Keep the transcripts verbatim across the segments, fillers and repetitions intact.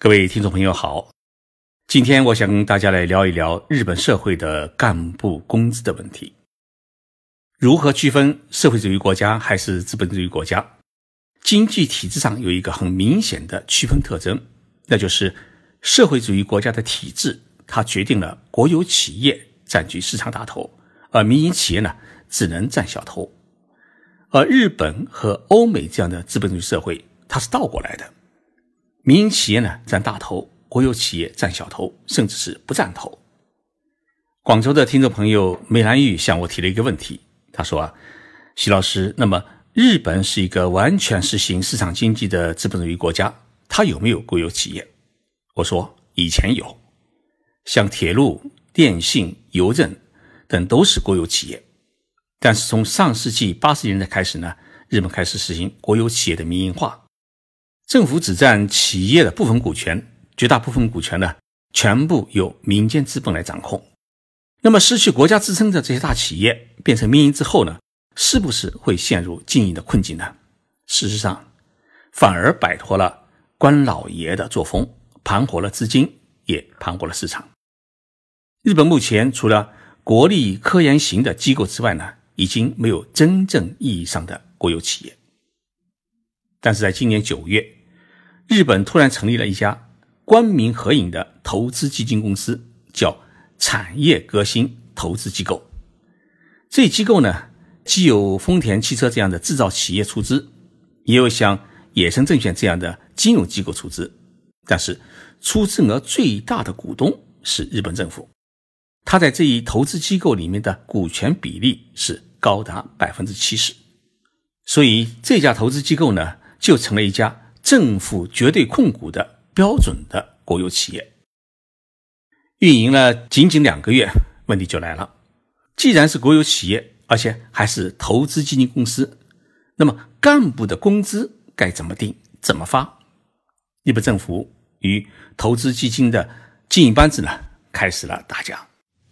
各位听众朋友好，今天我想跟大家来聊一聊日本社会的干部工资的问题。如何区分社会主义国家还是资本主义国家？经济体制上有一个很明显的区分特征，那就是社会主义国家的体制，它决定了国有企业占据市场大头，而民营企业呢只能占小头。而日本和欧美这样的资本主义社会，它是倒过来的。民营企业呢占大头，国有企业占小头，甚至是不占头。广州的听众朋友梅兰玉向我提了一个问题，他说啊，徐老师，那么日本是一个完全实行市场经济的资本主义国家，它有没有国有企业？我说以前有，像铁路、电信、邮政等都是国有企业，但是从上世纪八十年代开始呢，日本开始实行国有企业的民营化，政府只占企业的部分股权，绝大部分股权呢全部由民间资本来掌控。那么失去国家支撑的这些大企业变成民营之后呢，是不是会陷入经营的困境呢？事实上反而摆脱了官老爷的作风，盘活了资金，也盘活了市场。日本目前除了国立科研型的机构之外呢，已经没有真正意义上的国有企业。但是在今年九月，日本突然成立了一家官民合营的投资基金公司，叫产业革新投资机构。这机构呢，既有丰田汽车这样的制造企业出资，也有像野生证券这样的金融机构出资，但是出资额最大的股东是日本政府，他在这一投资机构里面的股权比例是高达 百分之七十。 所以这家投资机构呢，就成了一家政府绝对控股的标准的国有企业。运营了仅仅两个月，问题就来了。既然是国有企业，而且还是投资基金公司，那么干部的工资该怎么定，怎么发？日本政府与投资基金的经营班子呢，开始了打架。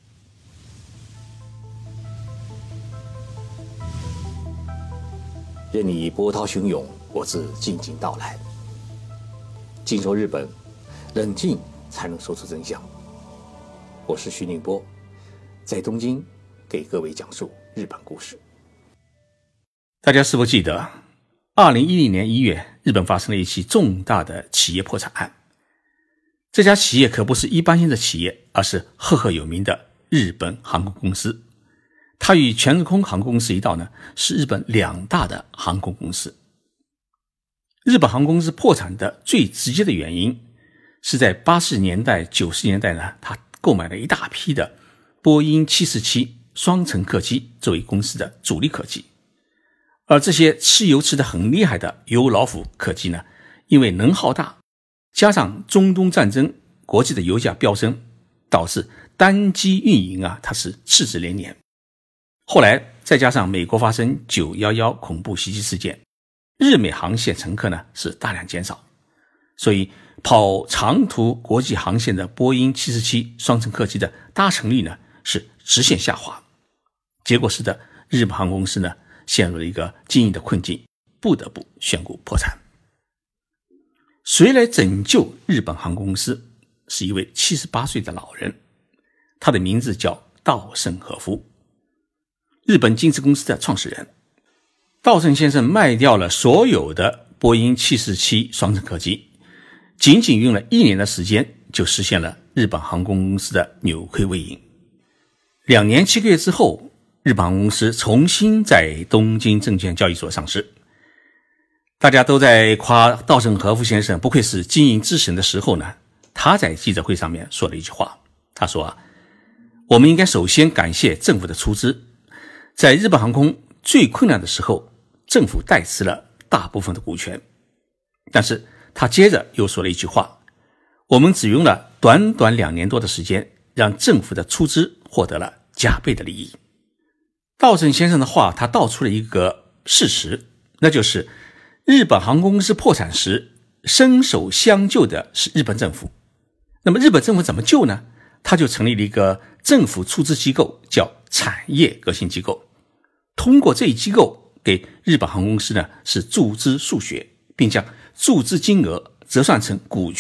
任你波涛汹涌，我自静静到来。静说日本，冷静才能说出真相。我是徐宁波，在东京给各位讲述日本故事。 大家是否记得二零一零年一月，日本发生了一起重大的企业破产案？这家企业可不是一般性的企业，而是赫赫有名的日本航空公司。它与全日空航空公司一道呢，是日本两大的航空公司。日本航空公司破产的最直接的原因是在八十年代九十年代呢，它购买了一大批的波音七四七双层客机作为公司的主力客机，而这些吃油吃得很厉害的油老虎客机呢，因为能耗大，加上中东战争，国际的油价飙升，导致单机运营啊，它是赤字连连。后来再加上美国发生九一一恐怖袭击事件，日美航线乘客呢是大量减少，所以跑长途国际航线的波音七四七双层客机的搭乘率呢是直线下滑，结果使得日本航空公司呢陷入了一个经营的困境，不得不宣布破产。谁来拯救日本航空公司？是一位七十八岁的老人，他的名字叫稻盛和夫，日本金瓷公司的创始人。稻盛先生卖掉了所有的波音七四七双层客机，仅仅用了一年的时间就实现了日本航空公司的扭亏为盈。两年七个月之后，日本航空公司重新在东京证券交易所上市。大家都在夸稻盛和夫先生不愧是经营之神的时候呢，他在记者会上面说了一句话，他说啊，我们应该首先感谢政府的出资，在日本航空最困难的时候，政府代持了大部分的股权。但是他接着又说了一句话，我们只用了短短两年多的时间，让政府的出资获得了加倍的利益。稻盛先生的话，他道出了一个事实，那就是日本航空公司破产时，伸手相救的是日本政府。那么日本政府怎么救呢？他就成立了一个政府出资机构，叫产业革新机构。通过这一机构给日本航空公司呢是注资数学，并将注资金额折算成股权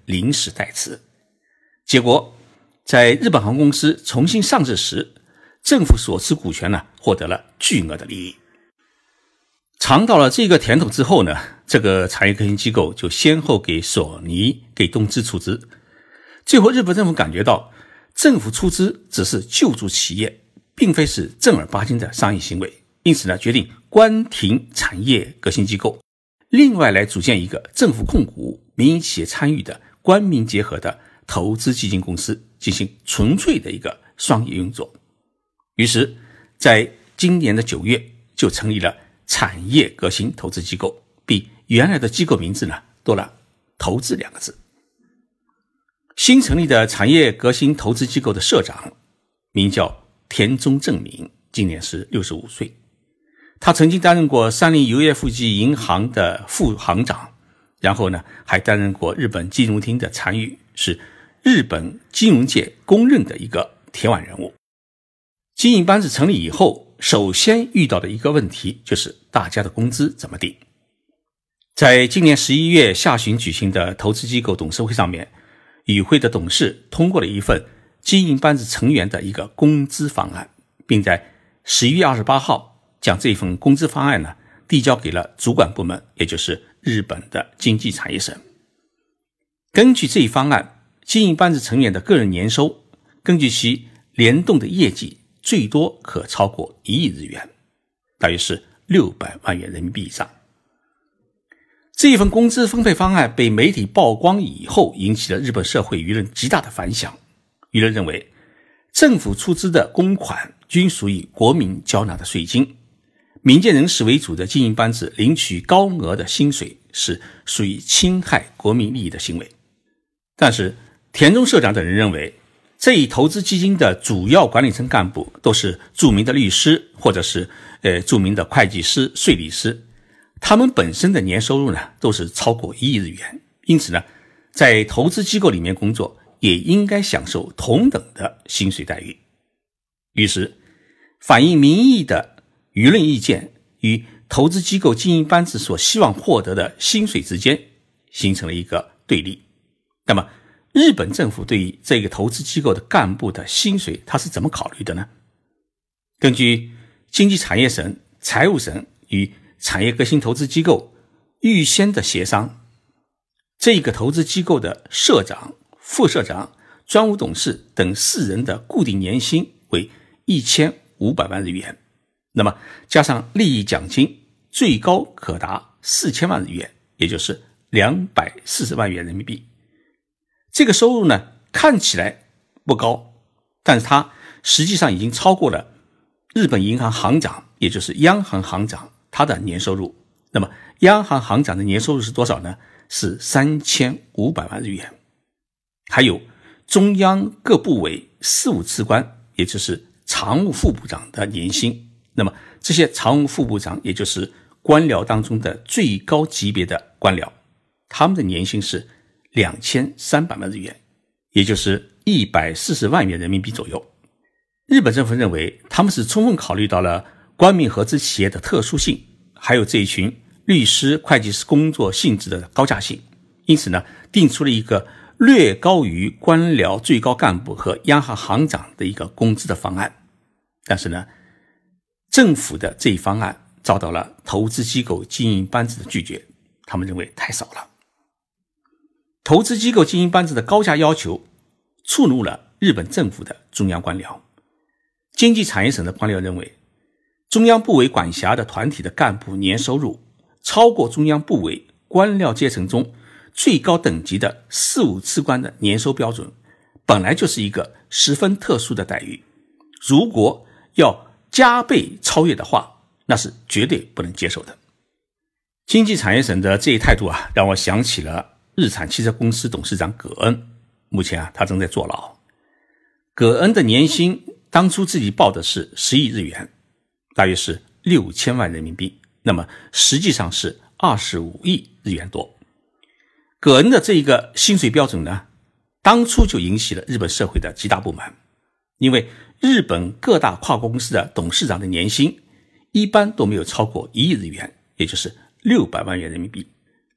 临时代辞。结果在日本航空公司重新上市时，政府所持股权呢获得了巨额的利益。尝到了这个甜头之后呢，这个产业革新机构就先后给索尼、给东芝出资。最后日本政府感觉到政府出资只是救助企业，并非是正儿八经的商业行为，因此呢决定关停产业革新机构，另外来组建一个政府控股、民营企业参与的官民结合的投资基金公司，进行纯粹的一个商业运作。于是在今年的九月就成立了产业革新投资机构，比原来的机构名字呢多了投资两个字。新成立的产业革新投资机构的社长名叫田中正明，今年是六十五岁。他曾经担任过三菱油业富基银行的副行长，然后呢还担任过日本金融厅的参与，是日本金融界公认的一个铁腕人物。经营班子成立以后，首先遇到的一个问题就是大家的工资怎么定。在今年十一月下旬举行的投资机构董事会上面，与会的董事通过了一份经营班子成员的一个工资方案，并在十一月二十八号将这份工资方案呢递交给了主管部门，也就是日本的经济产业省。根据这一方案，经营班子成员的个人年收根据其联动的业绩最多可超过一亿日元，大约是六百万元人民币以上。这一份工资分配方案被媒体曝光以后，引起了日本社会舆论极大的反响。舆论认为，政府出资的公款均属于国民缴纳的税金，民间人士为主的经营班子领取高额的薪水是属于侵害国民利益的行为。但是田中社长等人认为，这一投资基金的主要管理层干部都是著名的律师，或者是呃著名的会计师、税理师，他们本身的年收入呢都是超过一亿日元，因此呢在投资机构里面工作也应该享受同等的薪水待遇。于是反映民意的舆论意见与投资机构经营班子所希望获得的薪水之间形成了一个对立。那么日本政府对于这个投资机构的干部的薪水它是怎么考虑的呢？根据经济产业省、财务省与产业革新投资机构预先的协商，这个投资机构的社长、副社长、专务董事等四人的固定年薪为一千五百万日元，那么加上利益奖金，最高可达四千万日元，也就是两百四十万元人民币。这个收入呢看起来不高，但是它实际上已经超过了日本银行行长，也就是央行行长他的年收入。那么央行行长的年收入是多少呢？是三千五百万日元。还有中央各部委事务次官，也就是常务副部长的年薪。那么这些常务副部长，也就是官僚当中的最高级别的官僚，他们的年薪是两千三百万日元，也就是一百四十万元人民币左右。日本政府认为他们是充分考虑到了官民合资企业的特殊性，还有这一群律师、会计师工作性质的高价性，因此呢定出了一个略高于官僚最高干部和央行行长的一个工资的方案。但是呢政府的这一方案遭到了投资机构经营班子的拒绝，他们认为太少了。投资机构经营班子的高价要求触怒了日本政府的中央官僚。经济产业省的官僚认为，中央部委管辖的团体的干部年收入超过中央部委官僚阶层中最高等级的事务次官的年收标准，本来就是一个十分特殊的待遇，如果要加倍超越的话，那是绝对不能接受的。经济产业省的这一态度啊，让我想起了日产汽车公司董事长葛恩，目前啊他正在坐牢。葛恩的年薪当初自己报的是十亿日元，大约是六千万人民币，那么实际上是二十五亿日元多。葛恩的这一个薪水标准呢，当初就引起了日本社会的极大不满，因为日本各大跨国公司的董事长的年薪一般都没有超过一亿日元，也就是六百万元人民币。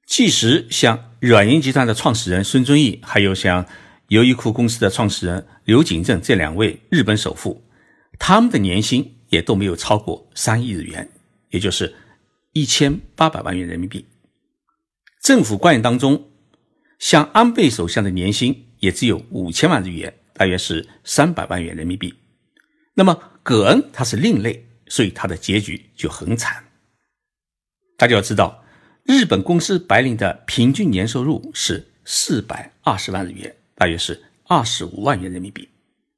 即使像软银集团的创始人孙正义，还有像优衣库公司的创始人刘景正这两位日本首富，他们的年薪也都没有超过三亿日元，也就是一千八百万元人民币。政府官员当中，像安倍首相的年薪也只有五千万日元，大约是三百万元人民币。那么葛恩他是另类，所以他的结局就很惨。大家要知道，日本公司白领的平均年收入是四百二十万日元，大约是二十五万元人民币。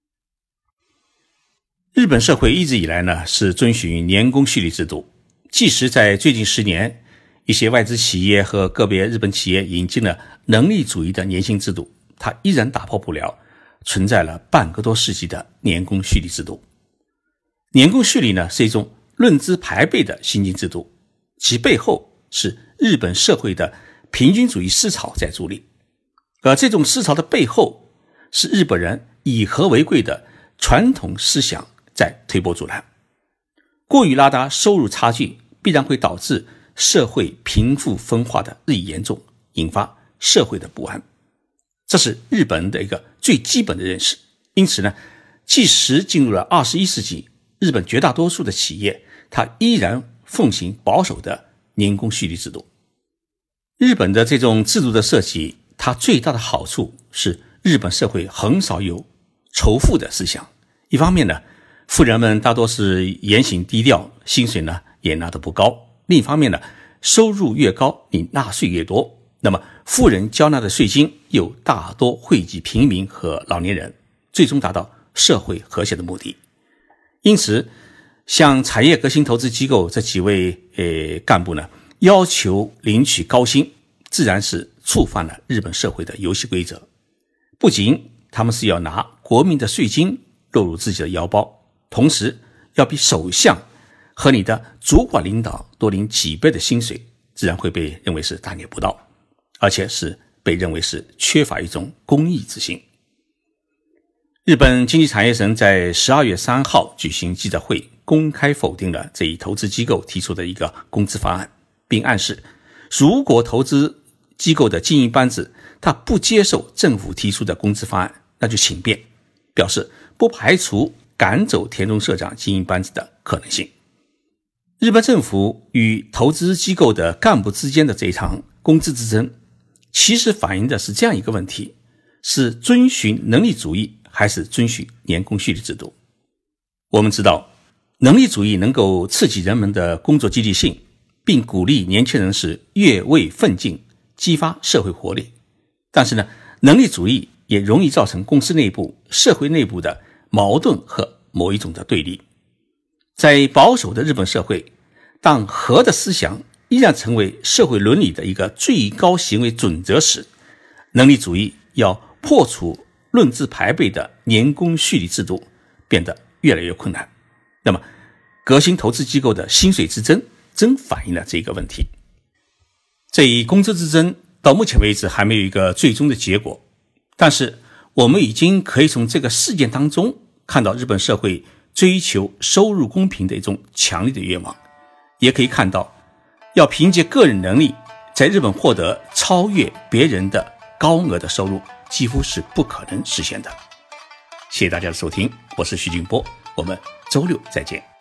日本社会一直以来呢是遵循年功序列制度，即使在最近十年，一些外资企业和个别日本企业引进了能力主义的年薪制度，它依然打破不了存在了半个多世纪的年功序列制度。年功序列呢是一种论资排辈的薪金制度，其背后是日本社会的平均主义思潮在助力，而这种思潮的背后是日本人以和为贵的传统思想在推波助澜。过于拉大收入差距，必然会导致社会贫富分化的日益严重，引发社会的不安。这是日本人的一个最基本的认识。因此呢，即使进入了二十一世纪，日本绝大多数的企业它依然奉行保守的年功序列制度。日本的这种制度的设计，它最大的好处是日本社会很少有仇富的思想。一方面呢，富人们大多是言行低调，薪水呢也拿得不高。另一方面呢，收入越高，你纳税越多，那么富人交纳的税金又大多惠及平民和老年人，最终达到社会和谐的目的。因此，像产业革新投资机构这几位呃干部呢，要求领取高薪，自然是触犯了日本社会的游戏规则。不仅他们是要拿国民的税金落入自己的腰包，同时要比首相和你的主管领导多领几倍的薪水，自然会被认为是大逆不道，而且是被认为是缺乏一种公益之心。日本经济产业省在十二月三号举行记者会，公开否定了这一投资机构提出的一个工资方案，并暗示如果投资机构的经营班子他不接受政府提出的工资方案，那就请便，表示不排除赶走田中社长经营班子的可能性。日本政府与投资机构的干部之间的这一场工资之争，其实反映的是这样一个问题，是遵循能力主义还是遵循年功序列制度。我们知道，能力主义能够刺激人们的工作积极性，并鼓励年轻人是越位奋进，激发社会活力。但是呢，能力主义也容易造成公司内部、社会内部的矛盾和某一种的对立。在保守的日本社会，当和的思想依然成为社会伦理的一个最高行为准则时，能力主义要破除论资排辈的年功序列制度变得越来越困难。那么革新投资机构的薪水之争正反映了这个问题。这一工资之争到目前为止还没有一个最终的结果，但是我们已经可以从这个事件当中看到日本社会追求收入公平的一种强烈的愿望，也可以看到要凭借个人能力在日本获得超越别人的高额的收入几乎是不可能实现的。谢谢大家的收听，我是徐俊波，我们周六再见。